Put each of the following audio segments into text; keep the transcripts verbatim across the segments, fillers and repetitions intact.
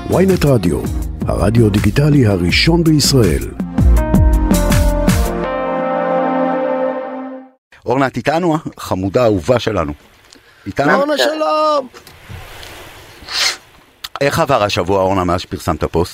וויינט רדיו, הרדיו דיגיטלי הראשון בישראל. אורנה, את איתנו? חמודה אהובה שלנו. איתנו? אורנה, שלום. איך עבר השבוע, אורנה, מאז שפרסמת פוסט?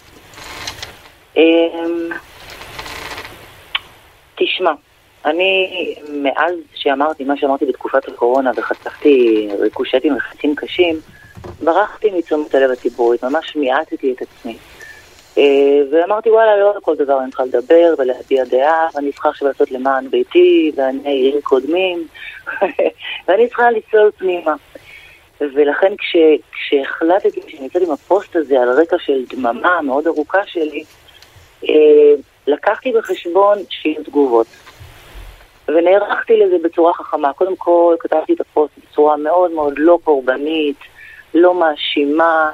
תשמע, אני מאז שאמרתי מה שאמרתי בתקופת הקורונה וחטפתי ריקושטים וחצים קשים, ברחתי מתשומת הלב הציבורית, ממש מיעטתי את עצמי. ואמרתי, וואלה, לא על כל דבר אני צריכה לדבר ולהביע דעה, ואני צריכה עכשיו לעשות למען ביתי, ואני עירים קודמים, ואני צריכה לצלול פנימה. ולכן כש, כשהחלטתי שאני יצאתי עם הפוסט הזה על רקע של דממה מאוד ארוכה שלי, לקחתי בחשבון שיהיו תגובות. ונערכתי לזה בצורה חכמה. קודם כל כתבתי את הפוסט בצורה מאוד מאוד לא קורבנית, לא מאשימה,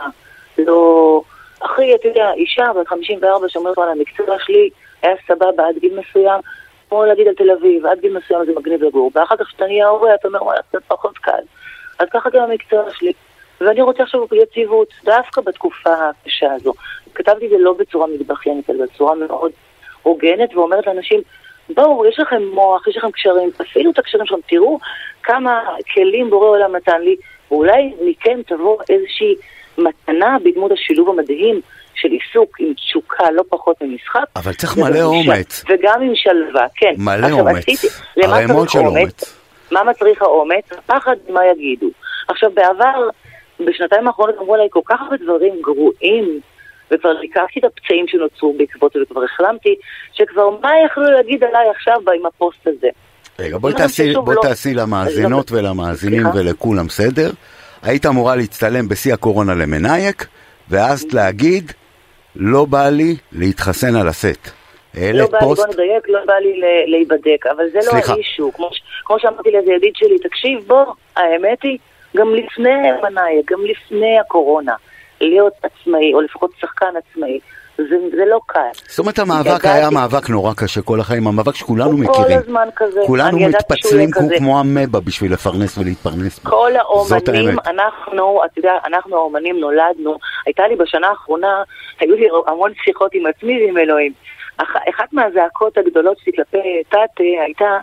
לא... אחי, אתה יודע, אישה בת חמישים וארבע שאומרת על המקצוע שלי היה סבבה עד גיל מסוים, כמו להגיד על תל אביב, עד גיל מסוים זה מגניב לגור. ואחר כך שאתה נהיה הורה, אתה אומר, וואלה, קצת פחות קל. אז ככה גם המקצוע שלי. ואני רוצה עכשיו יציבות, דווקא בתקופה הקשה הזו. כתבתי זה לא בצורה מתבכיינת, אלא בצורה מאוד הוגנת, ואומרת לאנשים, בואו, יש לכם מוח, יש לכם קשרים, תפעילו את הקשרים שלכם, תראו כמה כלים בורא עולם נתן לי, ואולי מכם תבוא איזושהי מתנה בדמות השילוב המדהים של עיסוק עם תשוקה, לא פחות ממשחק. אבל צריך מלא אומץ. וגם עם שלווה, כן. מלא אומץ. הרמות של אומץ. מה מצריך האומץ? פחד מה יגידו. עכשיו, בעבר, בשנתיים האחרונות אמרו עליי כל כך הרבה דברים גרועים, וכבר לקחתי את הפצעים שנוצרו בעקבות וכבר החלמתי, שכבר מה יכלו להגיד עליי עכשיו עם הפוסט הזה. רגע, בואי תעשי, בואי תעשי למאזינות ולמאזינים ולכולם סדר. היית אמורה להצטלם בשיא הקורונה למנייק, ואז להגיד, לא בא לי להתחסן על הסט. לא בא לי, בוא נדייק, לא בא לי להיבדק, אבל זה לא האישו. כמו שאמרתי לאיזה ידיד שלי, תקשיב, בוא, האמת היא, גם לפני מנייק, גם לפני הקורונה, להיות עצמאי, או לפחות שחקן עצמאי, זה, זה לא קל. זאת אומרת, המאבק היה מאבק נורא קשה כל החיים, המאבק שכולנו מכירים. כל הזמן כזה. כולנו מתפצלים כמו המבא בשביל לפרנס ולהתפרנס. כל האומנים, אנחנו, אתה יודע, אנחנו האומנים נולדנו, הייתה לי בשנה האחרונה, היו לי המון שיחות עם עצמי ועם אלוהים. אחת מהזעקות הגדולות שלי כלפי תתה הייתה,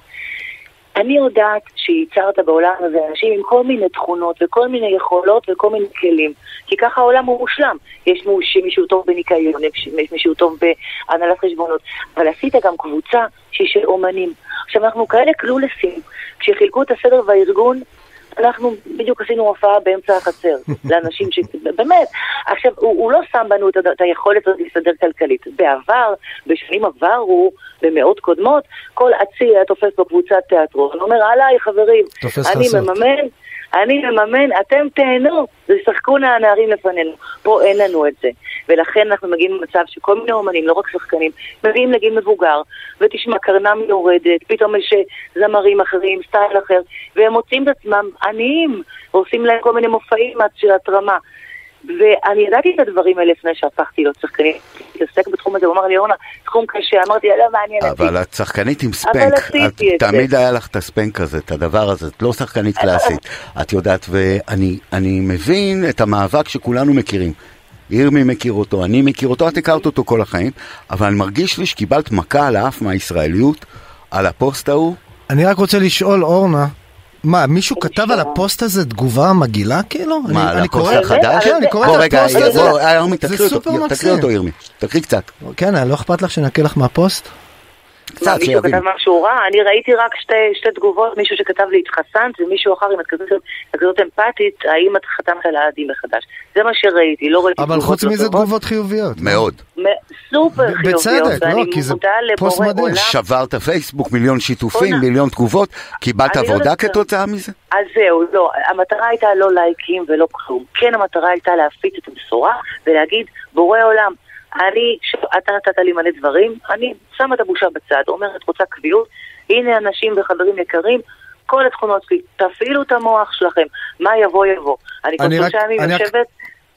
אני יודעת שייצרת בעולם הזה אנשים עם כל מיני תכונות וכל מיני יכולות וכל מיני כלים, כי ככה העולם הוא מושלם. יש מישהו טוב בניקיון, יש מישהו טוב בהנהלת חשבונות, אבל עשית גם קבוצה שהיא של אומנים. עכשיו אנחנו כאלה קלולסים, כשחילקו את הסדר והארגון, אנחנו בדיוק עשינו הופעה באמצע החצר, לאנשים ש... באמת, עכשיו, הוא, הוא לא שם בנו את, את היכולת הזאת להסתדר כלכלית. בעבר, בשנים עברו, במאות קודמות, כל עצי היה תופס בקבוצת תיאטרון. הוא אומר, עליי חברים, אני מממן, אני מממן, אתם תהנו, ושחקו נערים לפנינו. פה אין לנו את זה. ולכן אנחנו מגיעים למצב שכל מיני אומנים, לא רק שחקנים, מגיעים לגיל מבוגר, ותשמע, קרנם יורדת, פתאום יש זמרים אחרים, סטייל אחר, והם מוצאים את עצמם עניים, ועושים להם כל מיני מופעים של התרמה. ואני ידעתי את הדברים האלה לפני שהפכתי להיות שחקנית, להתעסק בתחום הזה, הוא אמר לי, אורנה, תחום קשה, אמרתי, לא מעניין אותי. אבל את שחקנית עם ספנק, תמיד היה לך את הספנק הזה, את הדבר הזה, את לא שחקנית קלאסית, את יודעת, ואני מבין את המאבק שכולנו מכירים. ירמי מכיר אותו, אני מכיר אותו, את הכרת אותו כל החיים, אבל אני מרגיש לי שקיבלת מכה על האף מהישראליות, על הפוסט ההוא. אני רק רוצה לשאול, אורנה, מה, מישהו כתב על הפוסט הזה תגובה מגילה כאילו? מה, על הפוסט החדש? כן, אני קורא את הפוסט הזה. בוא, ירמי, תקריא אותו, ירמי. תקריא קצת. כן, לא אכפת לך שנקה לך מהפוסט? מה, מישהו כתב משהו רע? אני ראיתי רק שתי תגובות, מישהו שכתב לי התחסנת, ומישהו אחר עם כזאת אמפתית, האם את חתמת על העדים מחדש. זה מה שראיתי, לא ראיתי תגובות. אבל חוץ מזה תגובות חיוביות. מאוד. סופר חיוביות. בצדק, לא, כי זה פוסט מדהים. שברת פייסבוק, מיליון שיתופים, מיליון תגובות, קיבלת עבודה כתוצאה מזה? אז זהו, לא. המטרה הייתה לא לייקים ולא כלום. כן, המטרה הייתה להפיץ את הבשורה, ולהגיד, בורא עולם, אני, אתה נתת לי מלא דברים, אני שמה את הבושה בצד, אומרת, רוצה קביעות, הנה אנשים וחברים יקרים, כל התכונות שלי, תפעילו את המוח שלכם, מה יבוא יבוא. אני כל שלושה ימים יושבת,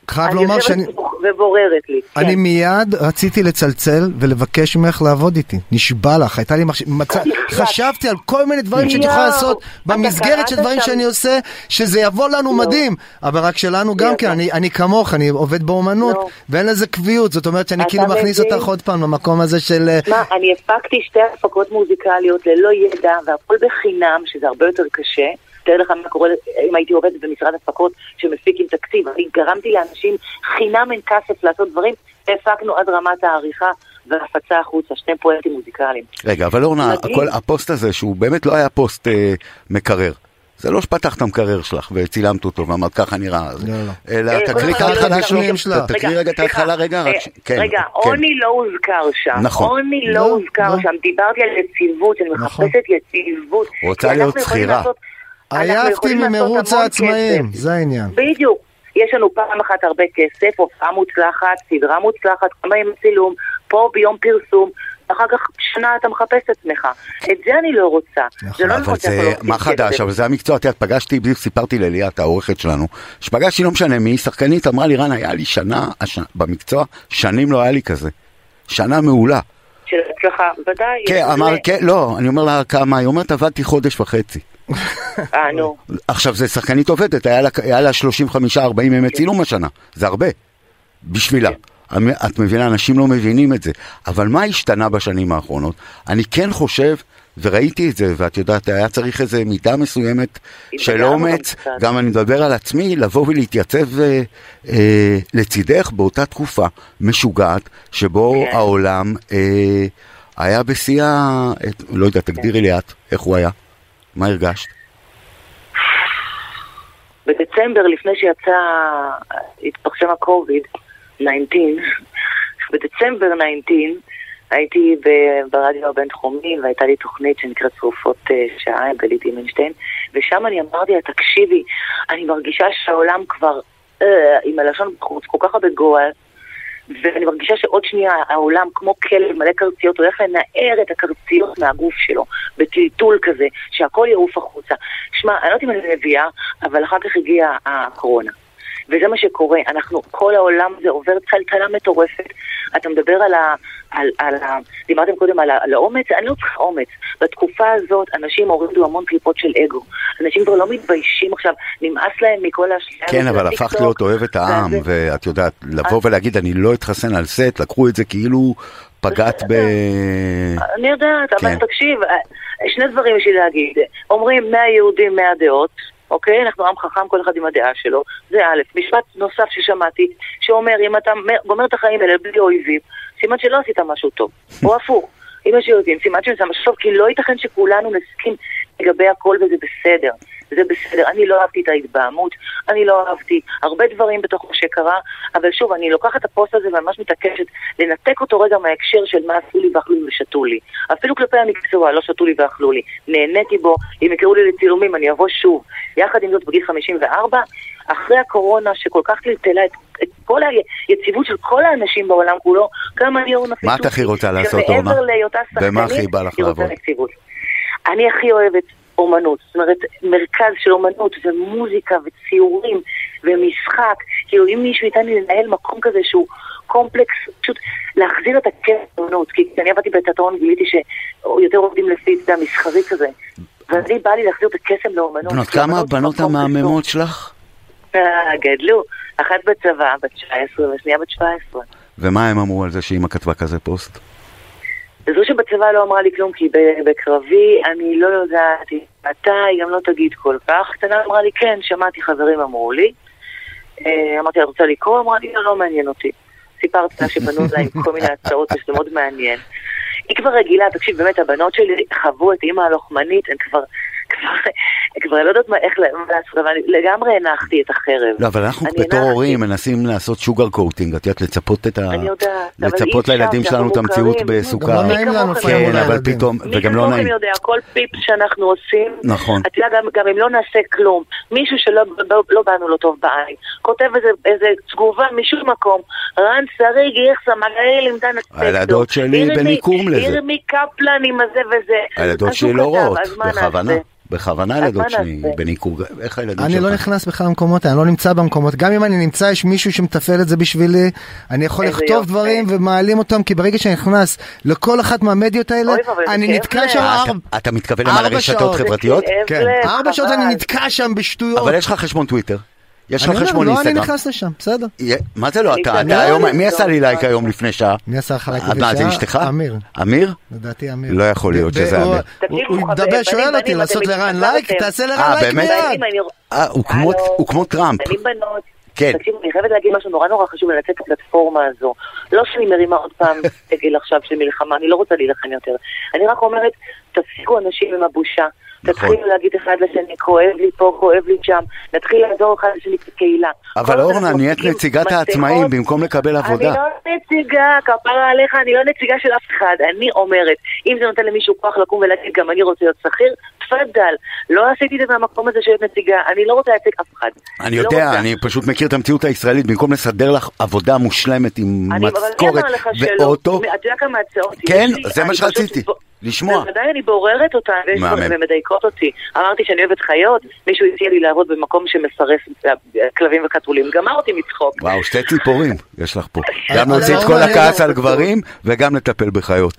חייב לומר שאני... ובוררת לי. אני מיד רציתי לצלצל ולבקש ממך לעבוד איתי. נשבע לך, הייתה לי מחשב... חשבתי על כל מיני דברים שאני יכולה לעשות במסגרת של דברים שאני עושה, שזה יבוא לנו מדהים. אבל רק שלנו גם כן, אני כמוך, אני עובד באומנות, ואין לזה קביעות. זאת אומרת שאני כאילו מכניס אותך עוד פעם למקום הזה של... מה, אני הפקתי שתי הפקות מוזיקליות ללא ידע, והכל בחינם, שזה הרבה יותר קשה. תראה לך מה קורה אם הייתי עובדת במשרד הפקות שמפיק עם תקציב. אני גרמתי לאנשים חינם אין כסף לעשות דברים, והפקנו עד רמת העריכה והפצה החוצה, שני פרויקטים מוזיקליים. רגע, אבל אורנה, הכל, הפוסט הזה שהוא באמת לא היה פוסט אה, מקרר. זה לא שפתח את המקרר שלך וצילמת אותו ואמרת ככה נראה. לא, לא. אלא תקריא את ההתחלה שלהם שלה. תקריא רגע את ההתחלה רגע. רגע, עוני לא הוזכר שם. נכון. עוני לא הוזכר שם. דיברתי על יציבות, אני מחפשת יציבות. רוצה להיות שכירה. עייפתי ממרוץ העצמאים, זה העניין. בדיוק. יש לנו פעם אחת הרבה כסף, הופעה מוצלחת, סדרה מוצלחת, כמה עם צילום, פה ביום פרסום, אחר כך שנה אתה מחפש את עצמך. את זה אני לא רוצה. אבל זה, מה חדש? אבל זה המקצוע, את פגשתי, בדיוק סיפרתי לליאת, העורכת שלנו, שפגשתי לא משנה מי, שחקנית אמרה לי, רן, היה לי שנה במקצוע, שנים לא היה לי כזה. שנה מעולה. של הצלחה, ודאי. כן, אמר, כן, לא, אני אומר לה כמה, היא אומרת, עבדתי חודש וחצי. אה, נו. עכשיו, זה שחקנית עובדת, היה לה, היה לה שלושים וחמישה ארבעים ימי צילום השנה. זה הרבה. בשבילה. את מבינה, אנשים לא מבינים את זה. אבל מה השתנה בשנים האחרונות? אני כן חושב, וראיתי את זה, ואת יודעת, היה צריך איזו מידה מסוימת של אומץ, גם אני מדבר על עצמי, לבוא ולהתייצב אה, אה, לצידך באותה תקופה משוגעת, שבו העולם אה, היה בשיאה, לא יודע, תגדירי לי את, איך הוא היה? מה הרגשת? בדצמבר, לפני שיצא, התפרסם הקוביד תשע עשרה, בדצמבר תשע עשרה הייתי ברדיו הבינתחומי, והייתה לי תוכנית שנקראת צרופות שעה עם גלית דימנשטיין, ושם אני אמרתי לה, תקשיבי, אני מרגישה שהעולם כבר, אה, עם הלשון בחוץ, כל כך הרבה גועל, ואני מרגישה שעוד שנייה העולם כמו כלב מלא קרציות הולך לנער את הקרציות מהגוף שלו בטלטול כזה שהכל יעוף החוצה. שמע, אני לא יודעת אם אני מביאה, אבל אחר כך הגיעה הקורונה וזה מה שקורה. אנחנו, כל העולם זה עובר טלטלה מטורפת. אתה מדבר על ה... על, על ה... דיברתם קודם על, על האומץ, אני לא צריכה אומץ. בתקופה הזאת אנשים הורידו המון קליפות של אגו. אנשים כבר לא מתביישים עכשיו, נמאס להם מכל השלייה. כן, אבל הפכת להיות אוהבת העם, ואת יודעת, לבוא ולהגיד, אני לא אתחסן על סט, לקחו את זה כאילו פגעת ב... אני יודעת, אבל תקשיב, שני דברים יש לי להגיד. אומרים מאה יהודים, מאה דעות, אוקיי? אנחנו עם חכם, כל אחד עם הדעה שלו. זה א', משפט נוסף ששמעתי, שאומר, אם אתה גומר את החיים האלה בלי אויבים, סימן שלא עשית משהו טוב. או הפוך, אם יש יהודים, סימן שזה משהו טוב, כי לא ייתכן שכולנו נסכים לגבי הכל וזה בסדר. זה בסדר. אני לא אהבתי את ההתבעמות, אני לא אהבתי הרבה דברים בתוך מה שקרה, אבל שוב, אני לוקחת את הפוסט הזה וממש מתעקשת לנתק אותו רגע מההקשר של מה עשו לי ואכלו לי ושתו לי. אפילו כלפי המקצוע, לא שתו לי ואכלו לי. נהניתי בו, אם יקראו לי לצילומים, אני אבוא שוב. יחד עם זאת בגיל חמישים וארבע, אחרי הקורונה שכל כך טלטלה את, את כל היציבות של כל האנשים בעולם כולו, גם אני אורנה פיצ'ו. מה את הכי רוצה לעשות, אורנה? ומה הכי בא לך לעבוד? אני הכי אוהבת אומנות, זאת אומרת, מרכז של אומנות ומוזיקה וציורים ומשחק, כאילו אם מישהו ייתן לי לנהל מקום כזה שהוא קומפלקס, פשוט להחזיר את הכיף לאומנות, כי כשאני עבדתי בתיאטרון גיליתי שיותר עובדים לפי זה המסחרי כזה, ואני בא לי להחזיר את הקסם לאומנות. בנות, כמה הבנות המהממות שלך? גדלו, אחת בצבא, בת תשע עשרה, ושנייה בת שבע עשרה. ומה הם אמרו על זה שאמא כתבה כזה פוסט? זו שבצבא לא אמרה לי כלום, כי בקרבי אני לא יודעת מתי, גם לא תגיד כל כך. קטנה אמרה לי, כן, שמעתי, חברים אמרו לי. אמרתי, את רוצה לקרוא? אמרה לי, לא, לא מעניין אותי. סיפרתי לה שבנו לה עם כל מיני הצעות, וזה מאוד מעניין. היא כבר רגילה, תקשיב, באמת, הבנות שלי חוו את אימא הלוחמנית, הן כבר... כבר לא יודעת איך לעשות, אבל לגמרי הנחתי את החרב. לא, אבל אנחנו בתור הורים מנסים לעשות שוגר קוטינג, את יודעת, לצפות את ה... לצפות לילדים שלנו את המציאות בסוכר. גם לא נעים לנו כן, אבל פתאום, וגם לא נעים. כל פיפ שאנחנו עושים, נכון. את יודעת, גם אם לא נעשה כלום, מישהו שלא באנו לו טוב בעין, כותב איזה תגובה משום מקום, רן שריג, יחסה, מגעי לימדן הספקטור. הילדות שלי בניקום לזה. ירמי קפלן עם הזה וזה. הילדות שלי לא רואות, בכוונה. בכוונה ילדות שלי, בניקור, איך הילדים שלך? אני לא נכנס בכלל למקומות, אני לא נמצא במקומות. גם אם אני נמצא, יש מישהו שמטפל את זה בשבילי, אני יכול לכתוב דברים ומעלים אותם, כי ברגע שאני נכנס לכל אחת מהמדיות האלה, אני נתקע שם ארבע... אתה מתכוון על הרשתות חברתיות? כן. ארבע שעות אני נתקע שם בשטויות. אבל יש לך חשבון טוויטר? יש לך חשבון אינסטגרם? לא, אני נכנס לשם, בסדר. מה זה לא? אתה היום, מי עשה לי לייק היום לפני שעה? מי עשה לך לייק לפני שעה? זה אשתך? אמיר. אמיר? לדעתי אמיר. לא יכול להיות שזה אמיר. הוא מדבר, שואל אותי, לעשות לרן לייק? תעשה לרן לייק מיד. הוא כמו טראמפ. אני בנות. כן. תקשיב, אני חייבת להגיד משהו נורא נורא חשוב לנצל את הפלטפורמה הזו. לא שאני מרימה עוד פעם דגל עכשיו של מלחמה, אני לא רוצה להילחם יותר. אני רק אומרת, תפסיקו אנשים עם הבושה. תתחילו להגיד אחד לשני, כואב לי פה, כואב לי שם, נתחיל לעזור אחד לשני כקהילה. אבל אורנה, נהיית נציגת העצמאים במקום לקבל עבודה. אני לא נציגה, כפרה עליך, אני לא נציגה של אף אחד. אני אומרת, אם זה נותן למישהו כוח לקום ולהגיד, גם אני רוצה להיות שכיר, תפדל. לא עשיתי את זה מהמקום הזה של נציגה, אני לא רוצה להציג אף אחד. אני יודע, אני פשוט מכיר את המציאות הישראלית, במקום לסדר לך עבודה מושלמת עם משכורת ואוטו. אתה יודע כמה הצעות? כן, זה מה שרציתי. לשמוע. בוודאי אני בוררת אותה ומדייקות אותי. אמרתי שאני אוהבת חיות, מישהו הציע לי לעבוד במקום שמסרס כלבים וחתולים. גמר אותי מצחוק. וואו, שתי ציפורים יש לך פה. גם להוציא את כל הכעס על גברים וגם לטפל בחיות.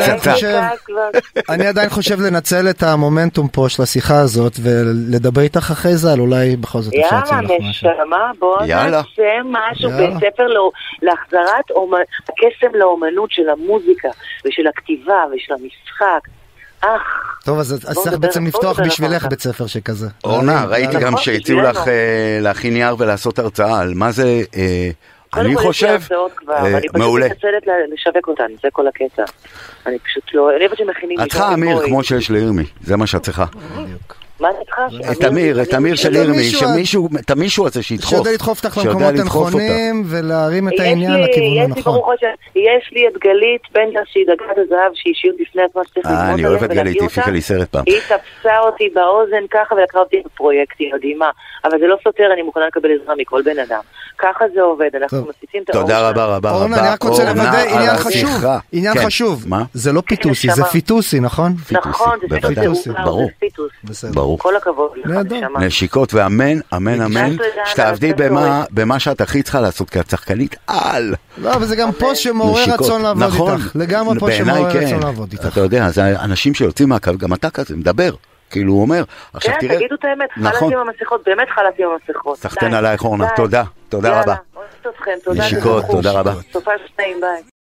אני עדיין חושב לנצל את המומנטום פה של השיחה הזאת ולדבר איתך אחרי זה, על אולי בכל זאת אפשר להציע לך משהו. יאללה, נשמה, בוא נעשה משהו בספר להחזרת הקסם לאומנות של המוזיקה ושל הכתיבה ושל המשחק. אך, טוב, אז צריך בעצם לפתוח בשבילך בית ספר שכזה. אורנה, ראיתי גם שהציעו לך להכין נייר ולעשות הרצאה על מה זה, אני חושב, מעולה. אני פשוט מצלת לשווק אותן, זה כל הקטע. אני פשוט לא, אני חושבת שמכינים... את צריכה אמיר כמו שיש לירמי, זה מה שאת צריכה. מה זה צריכה? את אמיר, את אמיר של ירמי, שמישהו, את המישהו הזה שידחוף. שיודע לדחוף אותך למקומות הנכונים ולהרים את העניין לכיוון הנכון. יש לי את גלית בנג'ר שהיא דגת הזהב שהיא אישיות בפני עצמה שצריך ללמוד עליהם. אני אוהב את גלית, היא הפיקה לי סרט פעם. היא תפסה אותי באוזן ככה ולקחה אותי בפרויקט, היא מדהימה. אבל זה לא סותר, אני מוכנה לקבל עזרה מכל בן אדם. ככה זה עובד, אנחנו מסיצים את האור. תודה רבה רבה רבה. אורנה, אני רק רוצה לוודא עניין חשוב. עניין חשוב. זה לא פיטוסי, זה פיטוסי, נכון? נכון, זה פיטוסי. ברור. ברור. כל הכבוד. נשיקות ואמן, אמן, אמן, שתעבדי במה שאת הכי צריכה לעשות, כי את שחקנית על. לא, אבל זה גם פוסט שמעורר רצון לעבוד איתך. לגמרי פוסט שמעורר רצון לעבוד איתך. אתה יודע, זה אנשים שיוצאים מהקו, גם אתה כזה, מדבר. כאילו הוא אומר, עכשיו תראה. כן, תגידו את האמת, חלצים המסכות, באמת חלצים המסכות. סחטן עלייך אורנה, תודה, תודה רבה. נשיקות, תודה רבה. סופה שתיים, ביי.